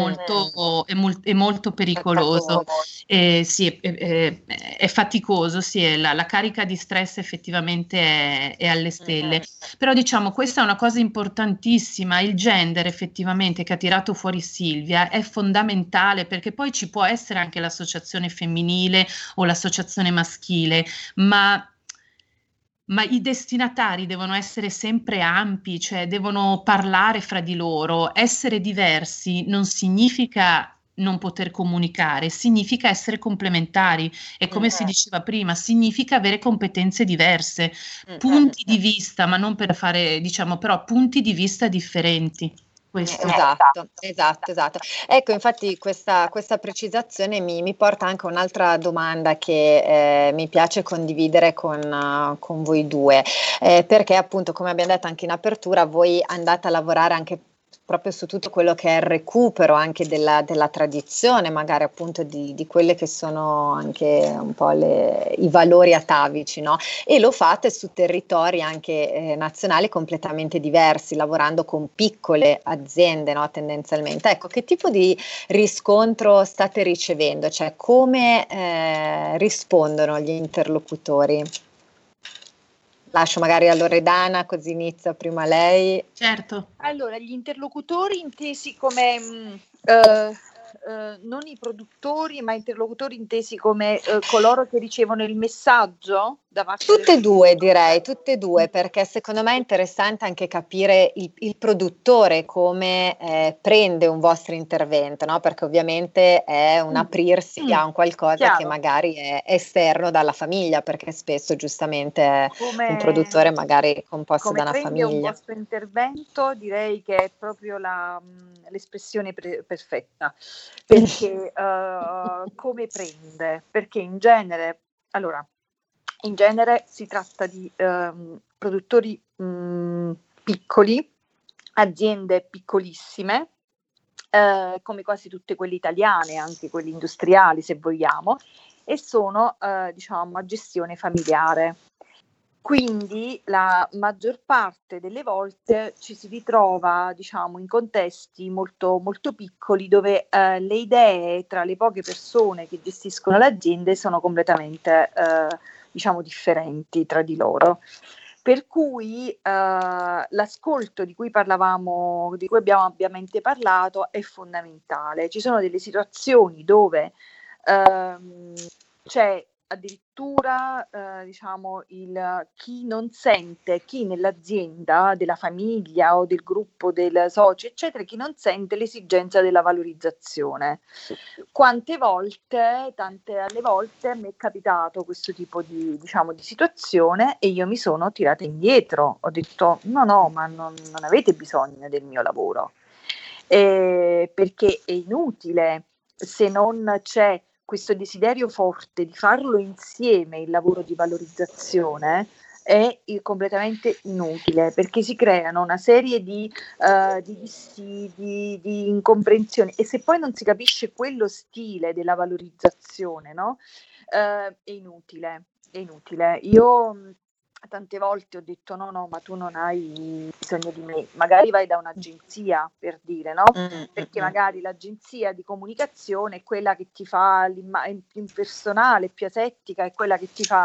S6: molto pericoloso. Sì, è faticoso, sì, la carica di stress effettivamente è alle stelle. Però diciamo, questa è una cosa importantissima, il gender effettivamente che ha tirato fuori Silvia è fondamentale, perché poi ci può essere anche l'associazione femminile o l'associazione maschile, ma i destinatari devono essere sempre ampi, cioè devono parlare fra di loro. Essere diversi non significa non poter comunicare, significa essere complementari e, come si diceva prima, significa avere competenze diverse, punti di vista, ma non per fare, diciamo, però punti di vista differenti.
S3: Esatto. Ecco, infatti questa precisazione mi porta anche a un'altra domanda che mi piace condividere con voi due, perché appunto, come abbiamo detto anche in apertura, voi andate a lavorare anche proprio su tutto quello che è il recupero anche della tradizione, magari appunto di quelle che sono anche un po' i valori atavici, no? E lo fate su territori anche nazionali completamente diversi, lavorando con piccole aziende, no? Tendenzialmente. Ecco, che tipo di riscontro state ricevendo? Cioè, come rispondono gli interlocutori? Lascio magari a Loredana, così inizia prima lei.
S6: Certo.
S5: Allora, gli interlocutori intesi come non i produttori, ma interlocutori intesi come coloro che ricevono il messaggio da parte
S3: tutte e due, direi, tutte e due, perché secondo me è interessante anche capire il produttore come prende un vostro intervento, no? Perché ovviamente è un aprirsi a un qualcosa che magari è esterno dalla famiglia, perché spesso giustamente è un produttore magari composto da una famiglia.
S5: Un vostro intervento, direi che è proprio l'espressione perfetta, perché come prende? Perché in genere si tratta di produttori piccoli, aziende piccolissime, come quasi tutte quelle italiane, anche quelle industriali se vogliamo, e sono diciamo a gestione familiare. Quindi la maggior parte delle volte ci si ritrova, diciamo, in contesti molto, molto piccoli dove le idee tra le poche persone che gestiscono le aziende sono completamente, diciamo, differenti tra di loro. Per cui l'ascolto di cui parlavamo, di cui abbiamo ampiamente parlato, è fondamentale. Ci sono delle situazioni dove c'è addirittura diciamo chi non sente, chi nell'azienda, della famiglia o del gruppo del socio, eccetera, chi non sente l'esigenza della valorizzazione. Tante alle volte mi è capitato questo tipo di, diciamo, di situazione e io mi sono tirata indietro, ho detto no, ma non avete bisogno del mio lavoro, perché è inutile se non c'è questo desiderio forte di farlo insieme, il lavoro di valorizzazione è completamente inutile, perché si creano una serie di dissidi, di incomprensioni, e se poi non si capisce quello stile della valorizzazione, no? È inutile. Io tante volte ho detto no, ma tu non hai bisogno di me, magari vai da un'agenzia, per dire, no? Perché magari l'agenzia di comunicazione è quella che ti fa più impersonale, più asettica, è quella che ti fa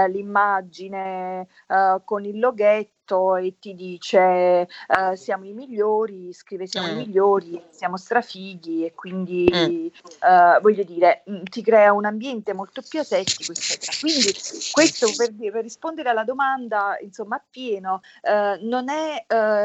S5: l'immagine con il loghetto e ti dice siamo i migliori, scrive siamo i migliori, siamo strafighi, e quindi voglio dire, ti crea un ambiente molto più asettico, eccetera. Quindi questo per rispondere alla domanda, insomma, appieno, non è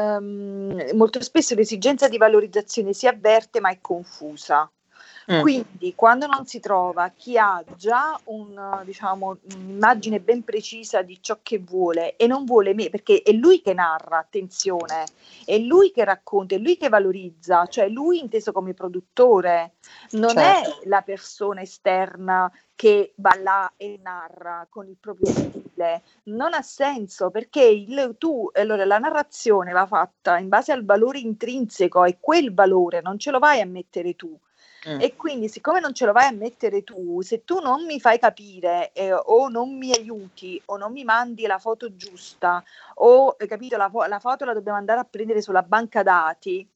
S5: molto spesso l'esigenza di valorizzazione si avverte, ma è confusa. Quindi quando non si trova chi ha già diciamo, un'immagine ben precisa di ciò che vuole e non vuole me, perché è lui che narra, attenzione, è lui che racconta, è lui che valorizza, cioè lui inteso come produttore, non è la persona esterna che va là e narra con il proprio stile, non ha senso, perché allora la narrazione va fatta in base al valore intrinseco, e quel valore non ce lo vai a mettere tu. E quindi, siccome non ce lo vai a mettere tu, se tu non mi fai capire o non mi aiuti o non mi mandi la foto giusta capito, la foto la dobbiamo andare a prendere sulla banca dati,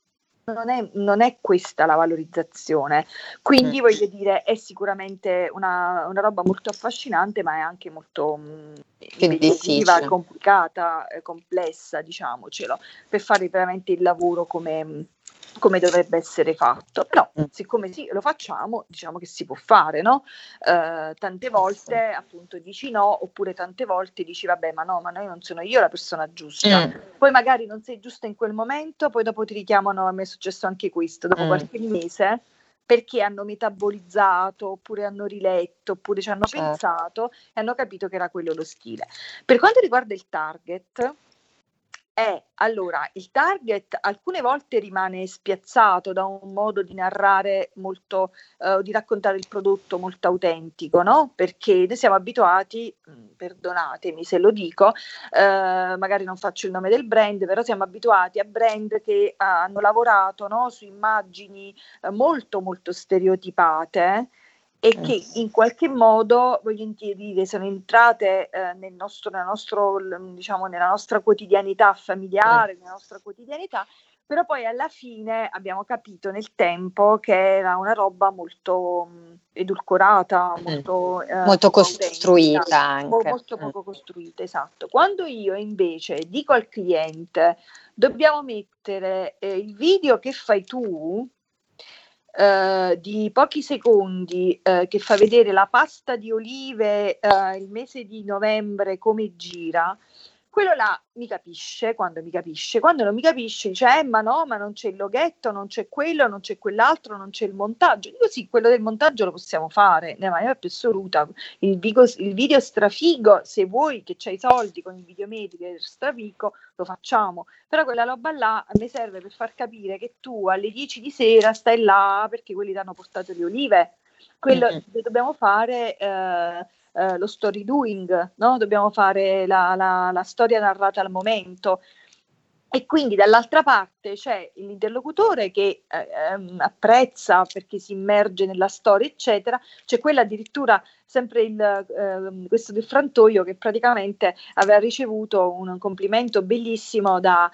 S5: non è questa la valorizzazione. Quindi voglio dire, è sicuramente una roba molto affascinante, ma è anche molto impegnativa, complicata, complessa, diciamocelo, per fare veramente il lavoro come dovrebbe essere fatto. Però siccome sì, lo facciamo, diciamo che si può fare, no? Tante volte appunto dici no, oppure tante volte dici vabbè, ma noi non sono io la persona giusta. Poi magari non sei giusta in quel momento, poi dopo ti richiamano, a me è successo anche questo, dopo qualche mese, perché hanno metabolizzato, oppure hanno riletto, oppure ci hanno pensato e hanno capito che era quello lo stile. Per quanto riguarda il target, allora, il target alcune volte rimane spiazzato da un modo di narrare molto, di raccontare il prodotto molto autentico, no? Perché noi siamo abituati, perdonatemi se lo dico, magari non faccio il nome del brand, però siamo abituati a brand che hanno lavorato, no, su immagini molto molto stereotipate, e che in qualche modo, voglio dire, sono entrate nella nostra quotidianità familiare, nella nostra quotidianità, però poi alla fine abbiamo capito nel tempo che era una roba molto edulcorata, molto
S3: costruita anche.
S5: Molto poco costruita, esatto. Quando io invece dico al cliente dobbiamo mettere il video che fai tu, di pochi secondi, che fa vedere la pasta di olive il mese di novembre come gira, quello là mi capisce, quando non mi capisce dice ma no, ma non c'è il loghetto, non c'è quello, non c'è quell'altro, non c'è il montaggio. Dico sì, quello del montaggio lo possiamo fare nella maniera più assoluta, il video strafigo, se vuoi che c'hai i soldi con il video medico strafigo lo facciamo, però quella roba là a me serve per far capire che tu alle 10 di sera stai là perché quelli ti hanno portato le olive. Quello che dobbiamo fare lo story doing, no? Dobbiamo fare la storia narrata al momento. E quindi dall'altra parte c'è l'interlocutore che apprezza perché si immerge nella storia, eccetera. C'è quella addirittura sempre questo del frantoio che praticamente aveva ricevuto un complimento bellissimo da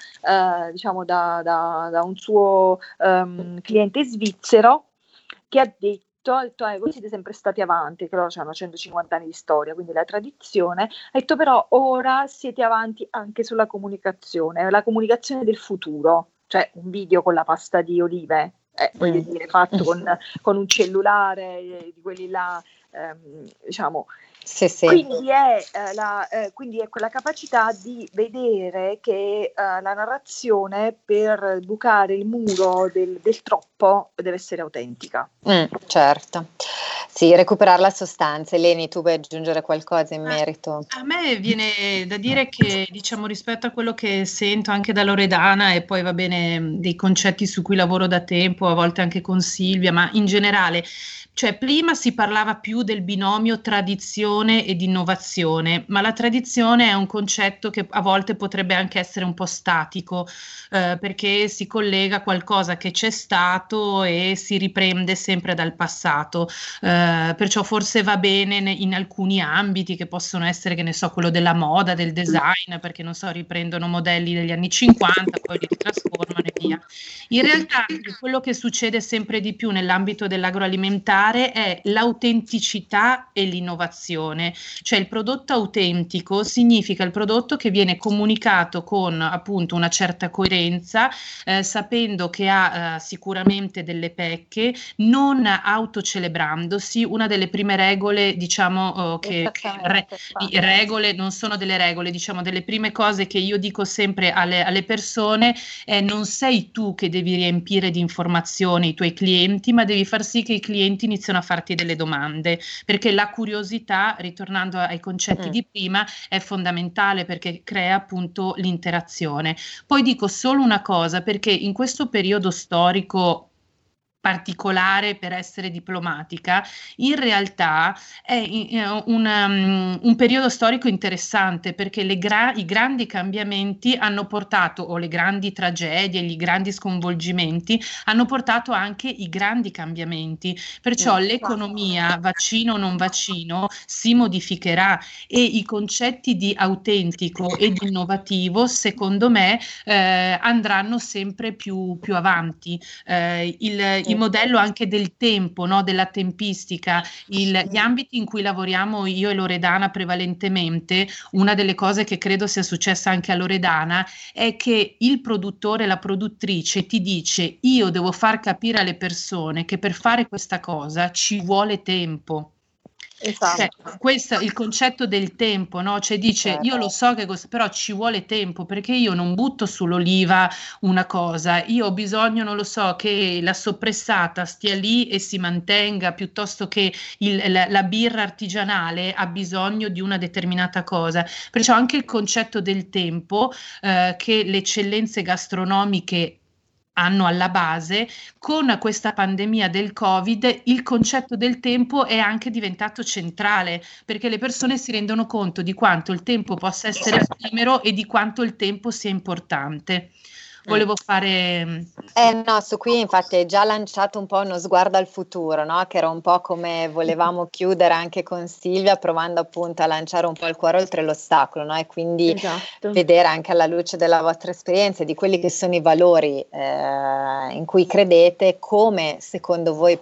S5: un suo cliente svizzero, che ha detto, voi siete sempre stati avanti, che loro hanno 150 anni di storia, quindi la tradizione, ha detto però ora siete avanti anche sulla comunicazione, la comunicazione del futuro, cioè un video con la pasta di olive, voglio dire, fatto con un cellulare, di quelli là, diciamo.
S3: Sì.
S5: Quindi è quella capacità di vedere che la narrazione, per bucare il muro del troppo, deve essere autentica.
S3: Certo, sì, recuperare la sostanza. Eleni, tu vuoi aggiungere qualcosa in merito?
S6: A me viene da dire che, diciamo, rispetto a quello che sento anche da Loredana, e poi va bene dei concetti su cui lavoro da tempo, a volte anche con Silvia, ma in generale, cioè prima si parlava più del binomio tradizione ed innovazione, ma la tradizione è un concetto che a volte potrebbe anche essere un po' statico, perché si collega a qualcosa che c'è stato e si riprende sempre dal passato, perciò forse va bene in alcuni ambiti che possono essere, che ne so, quello della moda, del design, perché non so, riprendono modelli degli anni 50, poi li ritrasformano e via. In realtà quello che succede sempre di più nell'ambito dell'agroalimentare è l'autenticità e l'innovazione, cioè il prodotto autentico significa il prodotto che viene comunicato con appunto una certa coerenza, sapendo che ha sicuramente delle pecche, non autocelebrandosi. Una delle prime regole, diciamo, regole non sono delle regole, diciamo delle prime cose che io dico sempre alle persone è: non sei tu che devi riempire di informazioni i tuoi clienti, ma devi far sì che i clienti iniziano a farti delle domande, perché la curiosità, ritornando ai concetti di prima, è fondamentale perché crea appunto l'interazione. Poi dico solo una cosa, perché in questo periodo storico particolare, per essere diplomatica, in realtà è un periodo storico interessante, perché i grandi cambiamenti hanno portato, o le grandi tragedie, i grandi sconvolgimenti, hanno portato anche i grandi cambiamenti, perciò l'economia, vaccino o non vaccino, si modificherà e i concetti di autentico e di innovativo, secondo me, andranno sempre più avanti. Il modello anche del tempo, no? Della tempistica, gli ambiti in cui lavoriamo io e Loredana prevalentemente, una delle cose che credo sia successa anche a Loredana è che il produttore, la produttrice ti dice: io devo far capire alle persone che per fare questa cosa ci vuole tempo.
S5: Esatto.
S6: Cioè, questo il concetto del tempo, no? Cioè dice: io lo so che però ci vuole tempo, perché io non butto sull'oliva una cosa, io ho bisogno, non lo so, che la soppressata stia lì e si mantenga, piuttosto che la birra artigianale ha bisogno di una determinata cosa. Perciò anche il concetto del tempo, che le eccellenze gastronomiche hanno alla base, con questa pandemia del Covid il concetto del tempo è anche diventato centrale, perché le persone si rendono conto di quanto il tempo possa essere effimero e di quanto il tempo sia importante. Volevo fare...
S3: no, su qui infatti hai già lanciato un po' uno sguardo al futuro, no? Che era un po' come volevamo chiudere anche con Silvia, provando appunto a lanciare un po' il cuore oltre l'ostacolo, no? E quindi vedere anche alla luce della vostra esperienza e di quelli che sono i valori in cui credete, come secondo voi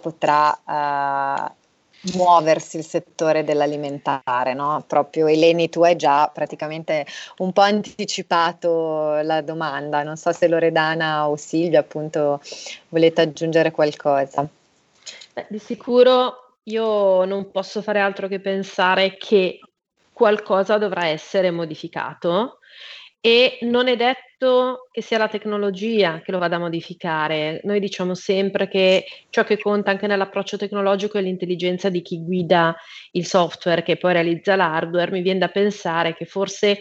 S3: potrà muoversi il settore dell'alimentare, no? Proprio Eleni, tu hai già praticamente un po' anticipato la domanda, non so se Loredana o Silvia appunto volete aggiungere qualcosa.
S4: Di sicuro io non posso fare altro che pensare che qualcosa dovrà essere modificato, e non è detto che sia la tecnologia che lo vada a modificare. Noi diciamo sempre che ciò che conta anche nell'approccio tecnologico è l'intelligenza di chi guida il software che poi realizza l'hardware. Mi viene da pensare che forse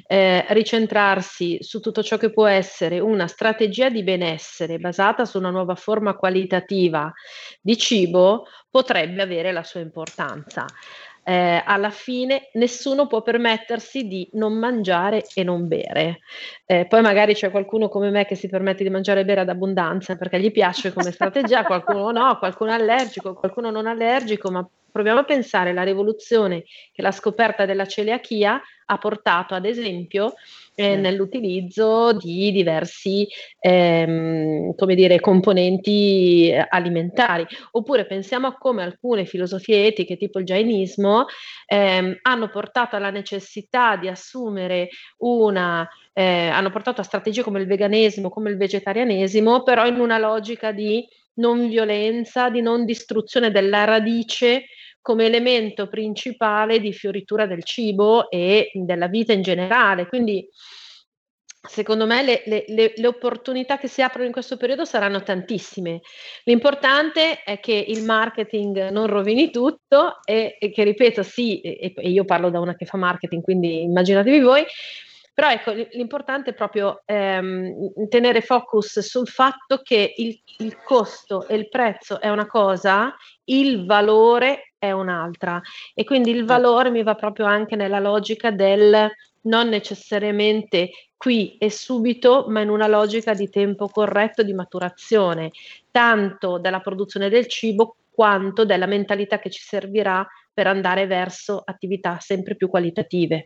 S4: ricentrarsi su tutto ciò che può essere una strategia di benessere basata su una nuova forma qualitativa di cibo potrebbe avere la sua importanza. alla fine nessuno può permettersi di non mangiare e non bere. Poi magari c'è qualcuno come me che si permette di mangiare e bere ad abbondanza perché gli piace come strategia, qualcuno no, qualcuno è allergico, qualcuno non allergico, ma proviamo a pensare alla rivoluzione che la scoperta della celiachia ha portato, ad esempio, nell'utilizzo di diversi componenti alimentari. Oppure pensiamo a come alcune filosofie etiche, tipo il jainismo, hanno portato alla necessità di assumere hanno portato a strategie come il veganesimo, come il vegetarianesimo, però in una logica di non violenza, di non distruzione della radice come elemento principale di fioritura del cibo e della vita in generale. Quindi secondo me le opportunità che si aprono in questo periodo saranno tantissime. L'importante è che il marketing non rovini tutto e che, ripeto, sì, e io parlo da una che fa marketing, quindi immaginatevi voi. Però ecco, l'importante è proprio tenere focus sul fatto che il costo e il prezzo è una cosa, il valore è un'altra, e quindi il valore mi va proprio anche nella logica del non necessariamente qui e subito, ma in una logica di tempo corretto di maturazione, tanto della produzione del cibo quanto della mentalità che ci servirà per andare verso attività sempre più qualitative.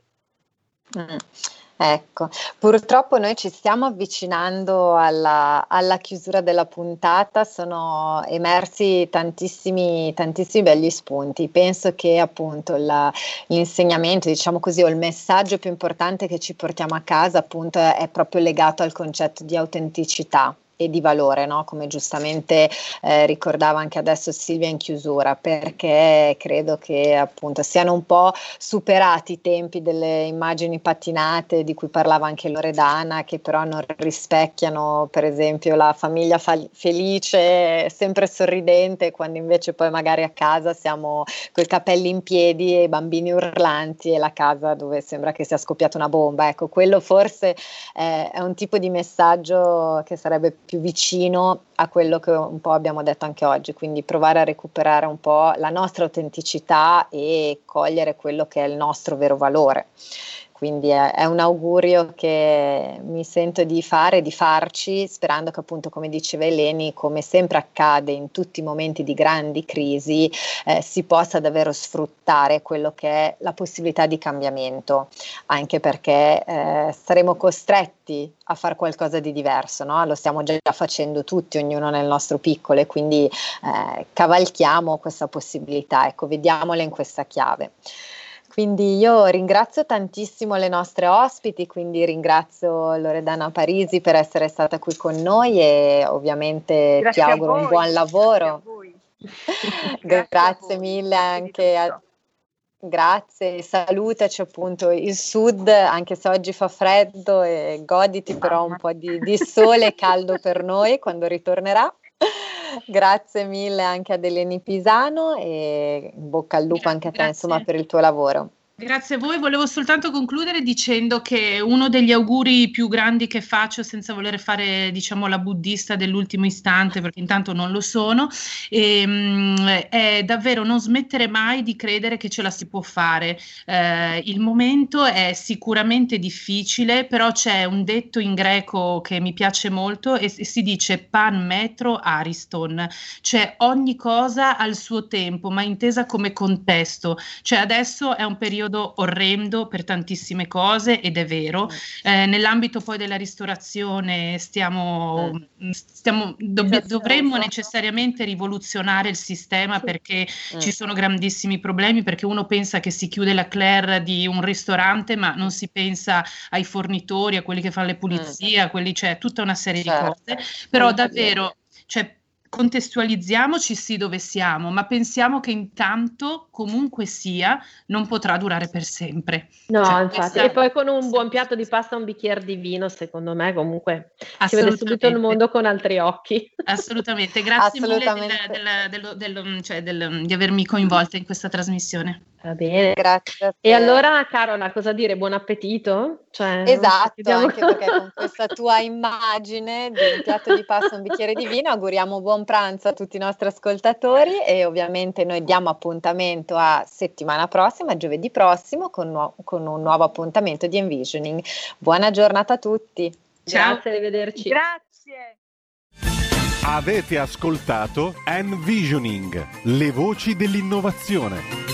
S3: Ecco, purtroppo noi ci stiamo avvicinando alla chiusura della puntata, sono emersi tantissimi begli spunti. Penso che appunto l'insegnamento, diciamo così, o il messaggio più importante che ci portiamo a casa appunto è proprio legato al concetto di autenticità e di valore, no? Come giustamente ricordava anche adesso Silvia in chiusura, perché credo che appunto siano un po' superati i tempi delle immagini patinate di cui parlava anche Loredana, che però non rispecchiano per esempio la famiglia felice, sempre sorridente, quando invece poi magari a casa siamo coi capelli in piedi e i bambini urlanti e la casa dove sembra che sia scoppiata una bomba. Ecco, quello forse è un tipo di messaggio che sarebbe più vicino a quello che un po' abbiamo detto anche oggi, quindi provare a recuperare un po' la nostra autenticità e cogliere quello che è il nostro vero valore. Quindi è un augurio che mi sento di fare, di farci, sperando che appunto, come diceva Eleni, come sempre accade in tutti i momenti di grandi crisi, si possa davvero sfruttare quello che è la possibilità di cambiamento, anche perché saremo costretti a fare qualcosa di diverso, no? Lo stiamo già facendo tutti, ognuno nel nostro piccolo, e quindi cavalchiamo questa possibilità, ecco, vediamola in questa chiave. Quindi io ringrazio tantissimo le nostre ospiti, quindi ringrazio Loredana Parisi per essere stata qui con noi e ovviamente
S5: Grazie
S3: ti auguro un buon lavoro. Grazie mille anche grazie, salutaci appunto il sud, anche se oggi fa freddo, e goditi però un po' di sole e caldo per noi quando ritornerà. Grazie mille anche ad Eleni Pisano e in bocca al lupo anche a te, insomma, per il tuo lavoro.
S6: Grazie a voi, volevo soltanto concludere dicendo che uno degli auguri più grandi che faccio, senza voler fare diciamo la buddista dell'ultimo istante, perché intanto non lo sono, è davvero non smettere mai di credere che ce la si può fare. Il momento è sicuramente difficile, però c'è un detto in greco che mi piace molto e si dice pan metro ariston, cioè ogni cosa ha il suo tempo, ma intesa come contesto, cioè adesso è un periodo orrendo per tantissime cose ed è vero, nell'ambito poi della ristorazione dovremmo necessariamente rivoluzionare il sistema, perché ci sono grandissimi problemi, perché uno pensa che si chiude la Claire di un ristorante ma non si pensa ai fornitori, a quelli che fanno le pulizie, a quelli, c'è tutta una serie di cose, però davvero, cioè, contestualizziamoci sì dove siamo, ma pensiamo che intanto comunque sia non potrà durare per sempre.
S4: No, cioè, infatti, e poi con un buon piatto di pasta, un bicchiere di vino, secondo me comunque si vede subito il mondo con altri occhi.
S6: Assolutamente, grazie mille di avermi coinvolta in questa trasmissione.
S4: Va bene.
S3: Grazie a te.
S4: E allora, Carola, cosa dire? Buon appetito? Cioè,
S3: Esatto, anche perché con questa tua immagine di un piatto di pasta e un bicchiere di vino auguriamo buon pranzo a tutti i nostri ascoltatori e ovviamente noi diamo appuntamento a settimana prossima, giovedì prossimo, con un nuovo appuntamento di Envisioning. Buona giornata a tutti.
S4: Ciao. Grazie, arrivederci.
S5: Grazie.
S1: Avete ascoltato Envisioning, le voci dell'innovazione.